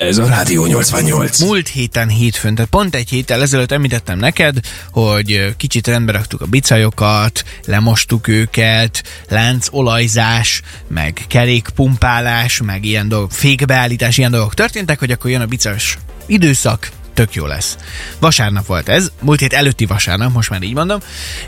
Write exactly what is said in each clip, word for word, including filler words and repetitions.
Ez a Rádió nyolcvannyolc. Múlt héten hétfőn, tehát pont egy héttel ezelőtt említettem neked, hogy kicsit rendbe raktuk a bicajokat, lemostuk őket, láncolajzás, meg kerékpumpálás, meg ilyen dolgok, fékbeállítás, ilyen dolgok történtek, hogy akkor jön a bicajos időszak, tök jó lesz. Vasárnap volt ez, múlt hét előtti vasárnap, most már így mondom,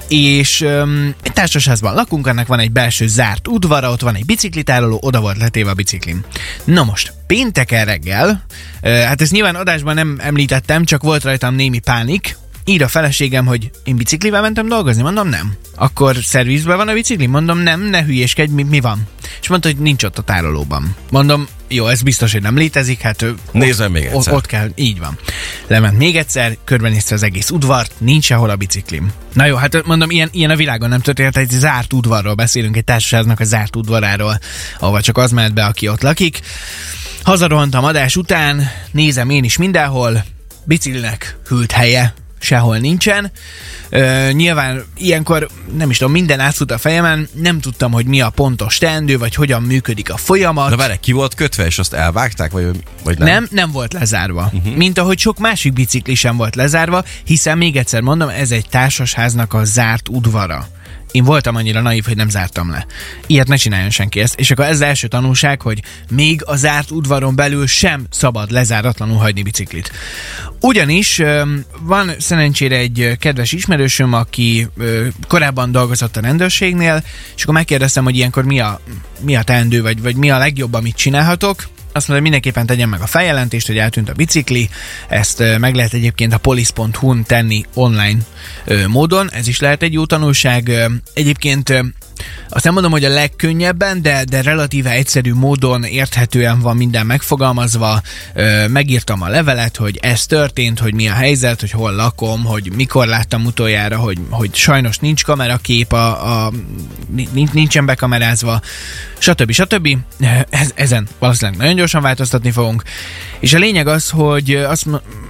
és um, egy társasházban lakunk, annak van egy belső zárt udvara, ott van egy biciklitároló, oda volt letéve a biciklim. Na most, pénteken reggel, uh, hát ezt nyilván adásban nem említettem, csak volt rajtam némi pánik, ír a feleségem, hogy én biciklivel mentem dolgozni, mondom nem. Akkor szervizben van a bicikli? Mondom nem, ne hülyéskedj, mi, mi van? És mondta, hogy nincs ott a tárolóban. Mondom, jó, ez biztos, hogy nem létezik, hát nézem még egyszer. Ott, ott kell, így van. Lement még egyszer, körbenézte az egész udvart, nincs sehol a biciklim. Na jó, hát mondom, ilyen, ilyen a világon nem történt, egy zárt udvarról beszélünk, egy társaságnak a zárt udvaráról, ahova csak az mehet be, aki ott lakik. Hazarohantam adás után, nézem én is mindenhol, biciklinek hűlt helye, sehol nincsen. Ö, nyilván ilyenkor, nem is tudom, minden átfut a fejemen, nem tudtam, hogy mi a pontos teendő, vagy hogyan működik a folyamat. De várj, ki volt kötve, és azt elvágták, vagy, vagy nem? Nem, nem volt lezárva. Uh-huh. Mint ahogy sok másik bicikli sem volt lezárva, hiszen még egyszer mondom, ez egy társasháznak a zárt udvara. Én voltam annyira naív, hogy nem zártam le. Ilyet ne csináljon senki ezt. És akkor ez az első tanulság, hogy még a zárt udvaron belül sem szabad lezáratlanul hagyni biciklit. Ugyanis van szerencsére egy kedves ismerősöm, aki korábban dolgozott a rendőrségnél, és akkor megkérdeztem, hogy ilyenkor mi a, mi a teendő, vagy, vagy mi a legjobb, amit csinálhatok. Azt mondta, hogy mindenképpen tegyen meg a feljelentést, hogy eltűnt a bicikli. Ezt meg lehet egyébként a police pont hu-n tenni online módon. Ez is lehet egy jó tanulság. Egyébként azt nem mondom, hogy a legkönnyebben, de, de relatíve egyszerű módon érthetően van minden megfogalmazva. Megírtam a levelet, hogy ez történt, hogy mi a helyzet, hogy hol lakom, hogy mikor láttam utoljára, hogy, hogy sajnos nincs kamerakép, a, a, nincsen bekamerázva, stb. stb. Ez, ezen valószínűleg nagyon gyorsan változtatni fogunk. És a lényeg az, hogy azt,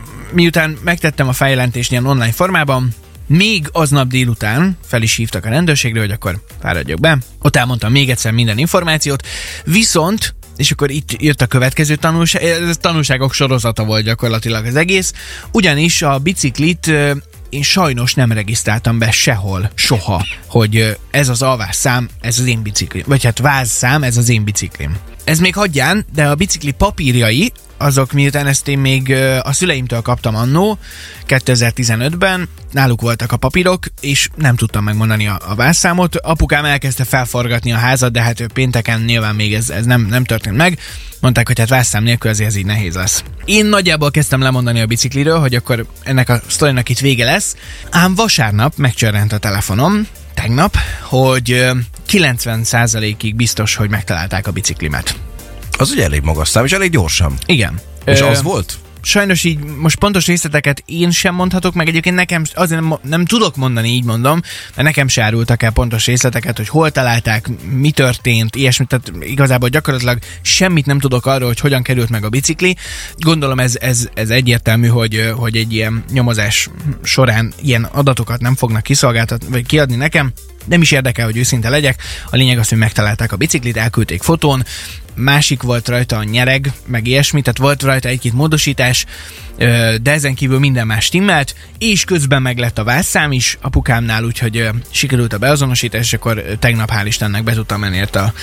miután megtettem a feljelentést ilyen online formában, még aznap délután fel is hívtak a rendőrségre, hogy akkor fáradjak be. Ott elmondtam még egyszer minden információt, viszont, és akkor itt jött a következő tanulság, ez tanulságok sorozata volt gyakorlatilag az egész, ugyanis a biciklit én sajnos nem regisztráltam be sehol, soha, hogy ez az alvásszám, ez az én biciklim, vagy hát vázszám, ez az én biciklim. Ez még hagyján, de a bicikli papírjai, azok miután ezt én még a szüleimtől kaptam annó, kétezer-tizenötben, náluk voltak a papírok, és nem tudtam megmondani a, a vázszámot. Apukám elkezdte felforgatni a házat, de hát pénteken nyilván még ez, ez nem, nem történt meg. Mondták, hogy hát vázszám nélkül azért ez így nehéz lesz. Én nagyjából kezdtem lemondani a bicikliről, hogy akkor ennek a sztorinak itt vége lesz, ám vasárnap megcsörrent a telefonom, tegnap, hogy kilencven százalékig biztos, hogy megtalálták a biciklimet. Az ugye elég magas szám, és elég gyorsan. Igen. És Ö, az volt? Sajnos így most pontos részleteket én sem mondhatok, meg egyébként nekem azért nem, nem tudok mondani, így mondom, mert nekem se árultak el pontos részleteket, hogy hol találták, mi történt, ilyesmi, tehát igazából gyakorlatilag semmit nem tudok arról, hogy hogyan került meg a bicikli. Gondolom ez, ez, ez egyértelmű, hogy, hogy egy ilyen nyomozás során ilyen adatokat nem fognak kiszolgáltatni, vagy kiadni nekem. Nem is érdekel, hogy őszinte legyek. A lényeg az, hogy megtalálták a biciklit, elküldték fotón, másik volt rajta a nyereg, meg ilyesmi, tehát volt rajta egy-két módosítás, de ezen kívül minden más stimmelt, és közben meg lett a vázszám is apukámnál, úgyhogy sikerült a beazonosítás, és akkor tegnap hál' Istennek be tudtam menni ért a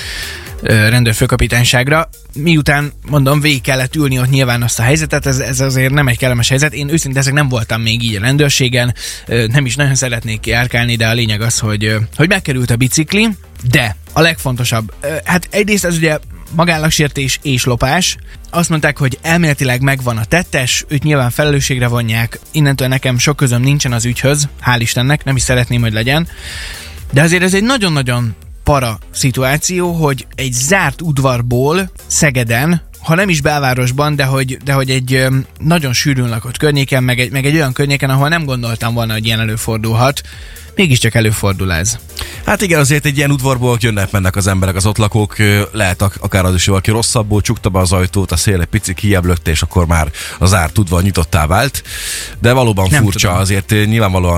rendőrfőkapitányságra. Miután, mondom, végig kellett ülni ott nyilván azt a helyzetet, ez, ez azért nem egy kellemes helyzet. Én őszintén ezek nem voltam még így a rendőrségen, nem is nagyon szeretnék járkálni, de a lényeg az, hogy, hogy megkerült a bicikli, de a legfontosabb, hát egyrészt ez ugye magállagsértés és lopás. Azt mondták, hogy elméletileg megvan a tettes, őt nyilván felelősségre vonják, innentől nekem sok közöm nincsen az ügyhöz, hál' Istennek, nem is szeretném, hogy legyen. De azért ez egy nagyon-nagyon para szituáció, hogy egy zárt udvarból Szegeden, ha nem is belvárosban, de hogy, de hogy egy ö, nagyon sűrűn lakott környéken, meg egy, meg egy olyan környéken, ahol nem gondoltam volna, hogy ilyen előfordulhat, mégiscsak előfordul ez. Hát igen, azért egy ilyen udvarból jönnek-mennek az emberek, az ott lakók, lehet akár az is, valaki rosszabbul csukta be az ajtót, a szél egy picit kijebb lökte, és akkor már az zárt udvar nyitottá vált. De valóban nem furcsa, tudom. Azért nyilvánvalóan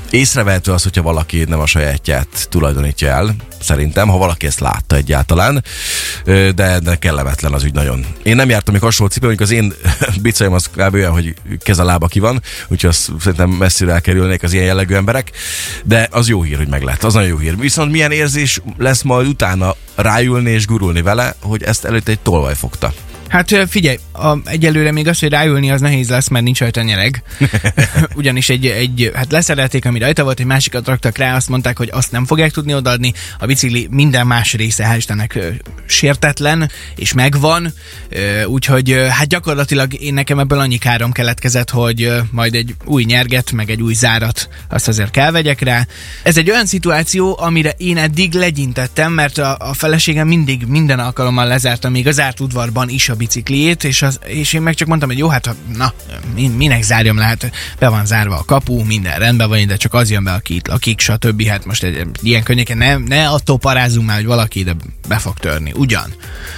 Észrevehető az, hogyha valaki nem a sajátját tulajdonítja el, szerintem, ha valaki ezt látta egyáltalán, de, de kellemetlen az ügy nagyon. Én nem jártam még hasonló cipő, mondjuk az én bicajom az kb. Olyan, hogy kez a lába ki van, úgyhogy azt szerintem messzire elkerülnék az ilyen jellegű emberek, de az jó hír, hogy meg lett, az nagyon jó hír. Viszont milyen érzés lesz majd utána ráülni és gurulni vele, hogy ezt előtt egy tolvaj fogta. Hát figyelj, a, egyelőre még az, hogy ráülni, az nehéz lesz, mert nincs rajta nyereg. Ugyanis egy, egy, hát leszerelték, ami rajta volt, egy másikat raktak rá, azt mondták, hogy azt nem fogják tudni odaadni. A bicikli minden más része, hál' Istennek, sértetlen, és megvan. Úgyhogy hát gyakorlatilag én nekem ebből annyi károm keletkezett, hogy majd egy új nyerget, meg egy új zárat, azt azért kell vegyek rá. Ez egy olyan szituáció, amire én eddig legyintettem, mert a, a feleségem mindig minden alkalommal lezárta, még az zárt udvarban is a bicikliét, és, az, és én meg csak mondtam, hogy jó, hát na, minek zárjam le, hát be van zárva a kapu, minden rendben van, de csak az jön be, aki itt lakik, stb. Hát most egy, ilyen könnyeken ne, ne attól parázunk már, hogy valaki ide be fog törni, ugyan.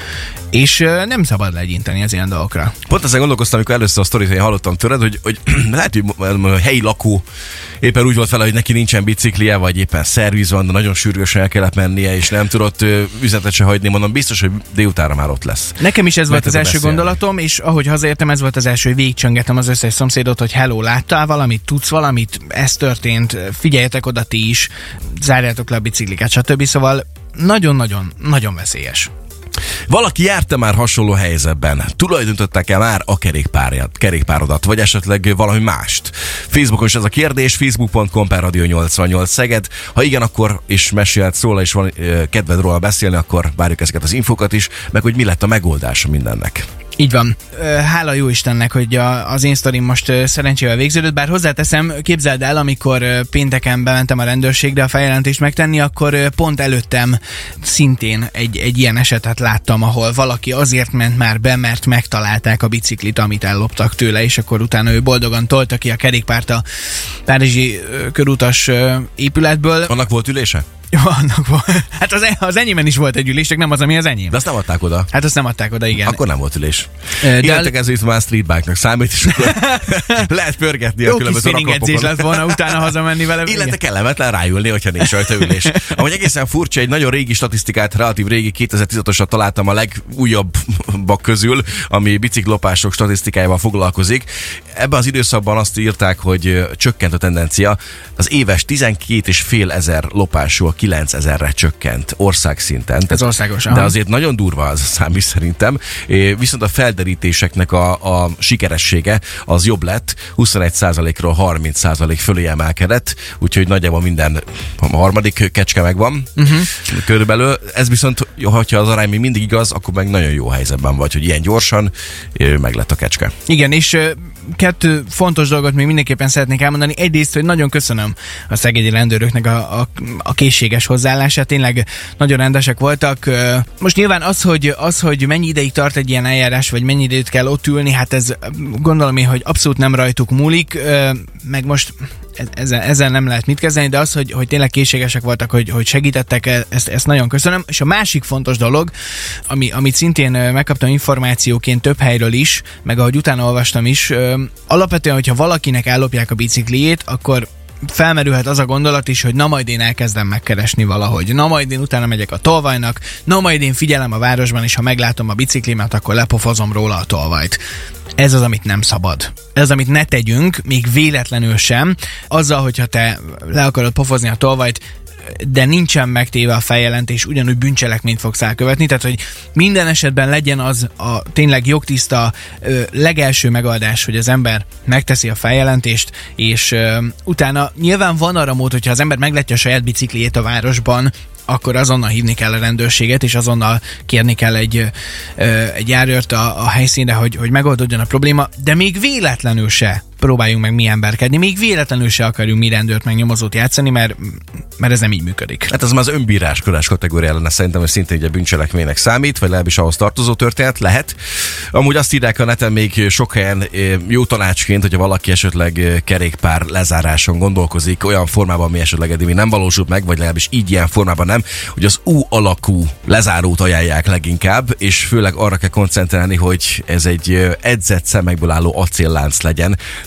És uh, nem szabad legyinteni az ilyen dolgokra. Pont ezen gondolkoztam, amikor először a sztorit én hallottam tőled, hogy, hogy lehet, hogy a helyi lakó éppen úgy volt vele, hogy neki nincsen biciklije, vagy éppen szerviz van, de nagyon sürgősen el kellett mennie, és nem tudott uh, üzenetet se hagyni. Mondom, biztos, hogy délutánra már ott lesz. Nekem is ez Mert volt az első beszélni. gondolatom, és ahogy hazaértem, ez volt az első, hogy végigcsöngettem az összes szomszédot, hogy hello, láttál valamit, tudsz valamit, ez történt, figyeljetek oda ti is, zárjátok le a bicikliket, stb. Szóval nagyon-nagyon, nagyon veszélyes. Valaki járta már hasonló helyzetben? Tulajdonították el már a kerékpárját, kerékpárodat, vagy esetleg valami mást? Facebookon is ez a kérdés, facebook pont com per radio nyolcvannyolc Szeged. Ha igen, akkor is mesélhetsz róla, és van kedved róla beszélni, akkor várjuk ezeket az infókat is, meg hogy mi lett a megoldása mindennek. Így van. Hála jó Istennek, hogy a, az én sztorim most szerencsével végződött, bár hozzáteszem, képzeld el, amikor pénteken bementem a rendőrségre a feljelentést megtenni, akkor pont előttem szintén egy, egy ilyen esetet láttam, ahol valaki azért ment már be, mert megtalálták a biciklit, amit elloptak tőle, és akkor utána ő boldogan tolta ki a kerékpárt a párizsi körutas épületből. Annak volt ülése? Jó, annak volt. Hát az, az enyémben is volt egy ülés, csak nem az, ami az enyém. De azt nem adták oda. Hát azt nem adták oda, igen. Akkor nem volt ülés. Életek ez itt már streetbike-nak számít, és lehet pörgetni a különböző raklapokon. Jó kis spinning lett volna utána hazamenni vele. Illetve kellemetlen ráülni, hogyha nincs rajta ülés. Amúgy egészen furcsa, egy nagyon régi statisztikát, relatív régi kétezer-tizenhatosat találtam a legújabbak közül, ami biciklopások statisztikájával foglalkozik. Ebben az időszakban azt írták, hogy csökkent a tendencia. Az éves tizenkét és fél ezer lopásról kilencezerre csökkent országszinten. Ez országos. De azért nagyon durva az a szám is szerintem. Viszont a felderítéseknek a, a sikeressége az jobb lett, huszonegy százalékról harminc százalék fölé emelkedett, úgyhogy nagyjából minden harmadik kecske megvan. Uh-huh. Körülbelül. Ez viszont, ha az arány még mindig igaz, akkor meg nagyon jó helyzetben vagy, hogy ilyen gyorsan meg lett a kecske. Igen, és kettő fontos dolgot még mindenképpen szeretnék elmondani. Egyrészt, hogy nagyon köszönöm a szegedi rendőröknek a, a, a készséges hozzáállását. Tényleg nagyon rendesek voltak. Most nyilván az hogy, az, hogy mennyi ideig tart egy ilyen eljárás, vagy mennyi időt kell ott ülni, hát ez gondolom én, hogy abszolút nem rajtuk múlik, meg most ezzel, ezzel nem lehet mit kezdeni, de az, hogy, hogy tényleg készségesek voltak, hogy, hogy segítettek, ezt, ezt nagyon köszönöm. És a másik fontos dolog, ami, amit szintén megkaptam információként több helyről is, meg ahogy utána olvastam is, alapvetően, hogyha valakinek ellopják a bicikliét, akkor felmerülhet az a gondolat is, hogy na majd én elkezdem megkeresni valahogy. Na majd én utána megyek a tolvajnak, na majd én figyelem a városban, és ha meglátom a biciklimet, akkor lepofozom róla a tolvajt. Ez az, amit nem szabad. Ez az, amit ne tegyünk, még véletlenül sem. Azzal, hogyha te le akarod pofozni a tolvajt, de nincsen megtéve a feljelentés, ugyanúgy bűncselekményt fogsz elkövetni, tehát hogy minden esetben legyen az a tényleg jogtiszta ö, legelső megoldás, hogy az ember megteszi a feljelentést, és ö, utána nyilván van arra mód, hogyha az ember meglátja a saját bicikliét a városban, akkor azonnal hívni kell a rendőrséget, és azonnal kérni kell egy, ö, egy járőrt a, a helyszínre, hogy, hogy megoldódjon a probléma, de még véletlenül se próbáljunk meg mi emberkedni, még véletlenül se akarjunk mi rendőrt meg nyomozót játszani, mert, mert ez nem így működik. Hát ez már az önbíráskodás kategória lenne szerintem, hogy szintén egy bűncselekménynek számít, vagy legalábbis ahhoz tartozó történet lehet. Amúgy azt írják a neten még sok helyen jó tanácsként, hogyha valaki esetleg kerékpár lezáráson gondolkozik, olyan formában, ami esetleg eddig nem valósult meg, vagy legalábbis így ilyen formában nem, hogy az U alakú lezárót ajánlják leginkább, és főleg arra kell koncentrálni, hogy ez egy edzett szemekből álló acéllánc legyen.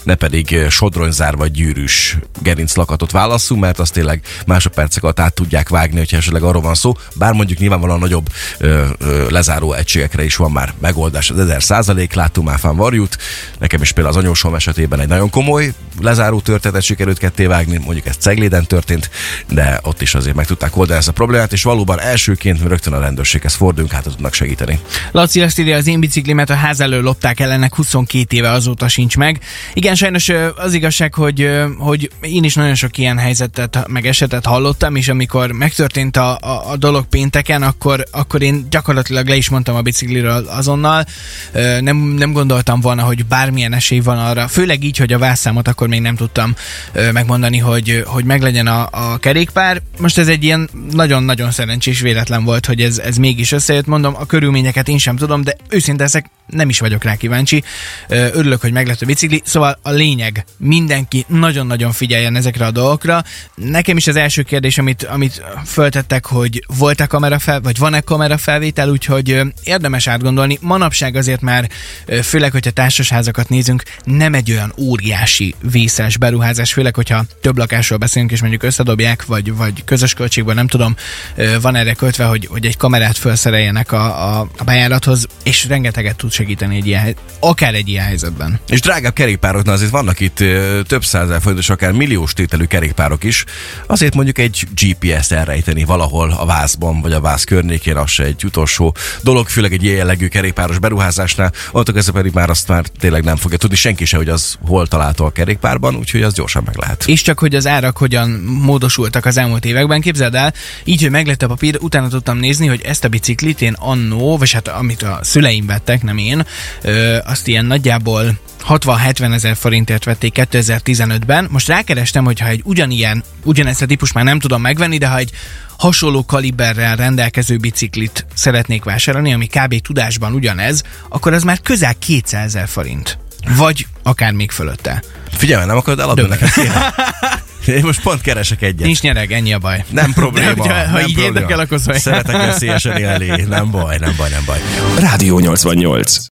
ne pedig sodronyzár vagy gyűrűs gerinclakatot válasszunk, mert azt tényleg másodpercek alatt át tudják vágni, hogyha esetleg arról van szó. Bár mondjuk nyilvánvalóan nagyobb ö, ö, lezáró egységekre is van már megoldás. Az ezer százalék, láttunk már fán varjút. Nekem is például az anyósom esetében egy nagyon komoly lezáró történetet sikerült ketté vágni, mondjuk ez Cegléden történt, de ott is azért meg tudták oldani ezt a problémát, és valóban elsőként rögtön a rendőrséghez forduljunk, hát tudnak segíteni. Laci azt írja, az én biciklimet a ház elől lopták el, ennek huszonkét éve, azóta sincs meg. Igen, sajnos az igazság, hogy, hogy én is nagyon sok ilyen helyzetet, meg esetet hallottam, és amikor megtörtént a, a, a dolog pénteken, akkor, akkor én gyakorlatilag le is mondtam a bicikliről azonnal. Nem, nem gondoltam volna, hogy bármilyen esély van arra, főleg így, hogy a vászszámot akkor még nem tudtam megmondani, hogy, hogy meglegyen a, a kerékpár. Most ez egy ilyen nagyon-nagyon szerencsés véletlen volt, hogy ez, ez mégis összejött. Mondom, a körülményeket én sem tudom, de őszinte ezek nem is vagyok rá kíváncsi. Örülök, hogy meglett a bicikli. Szóval a lényeg, mindenki nagyon-nagyon figyeljen ezekre a dolgokra. Nekem is az első kérdés, amit, amit föltettek, hogy volt-e kamera fel, vagy van-e kamera felvétel, úgyhogy érdemes átgondolni. Manapság azért már, főleg, hogyha társasházakat nézünk, nem egy olyan óriási vészes beruházás, főleg, hogyha több lakásról beszélünk, és mondjuk összedobják, vagy, vagy közös költségben, nem tudom, van erre költve, hogy, hogy egy kamerát felszereljenek a, a, a bejárathoz, és rengeteget tud segíteni egy ilyen, akár egy ilyen helyzetben. És drágább kerékpároknál azért vannak itt ö, több százezer forintos, akár milliós tételű kerékpárok is. Azért mondjuk egy gé pé es-t elrejteni valahol a vászban, vagy a vász környékén, az se egy utolsó dolog, főleg egy ilyen jellegű kerékpáros beruházásnál. Onnantól kezdve pedig már azt már tényleg nem fogja tudni senki se, hogy az hol található a kerékpárban, úgyhogy az gyorsan meg lehet. És csak hogy az árak hogyan módosultak az elmúlt években, képzeld el, így, hogy meglett a papír, utána tudtam nézni, hogy ezt a biciklit én annó, vagy hát amit a szüleim vettek, nem én, ö, azt ilyen nagyjából hatvan-hetven ezer forintért vették kétezer-tizenötben. Most rákerestem, hogyha egy ugyanilyen, ugyanezt a típus már nem tudom megvenni, de ha egy hasonló kaliberrel rendelkező biciklit szeretnék vásárolni, ami kb. Tudásban ugyanez, akkor az már közel kétszázezer forint. Vagy akár még fölötte. Figyelj, nem akarod eladni nekem kéne? Én most pont keresek egyet. Nincs nyereg, ennyi a baj. Nem probléma. De, ha nem így probléma. érdekel, akkor szóval. Szeretek veszélyesen élni. Nem baj, nem baj, nem baj. Rádió nyolcvannyolc.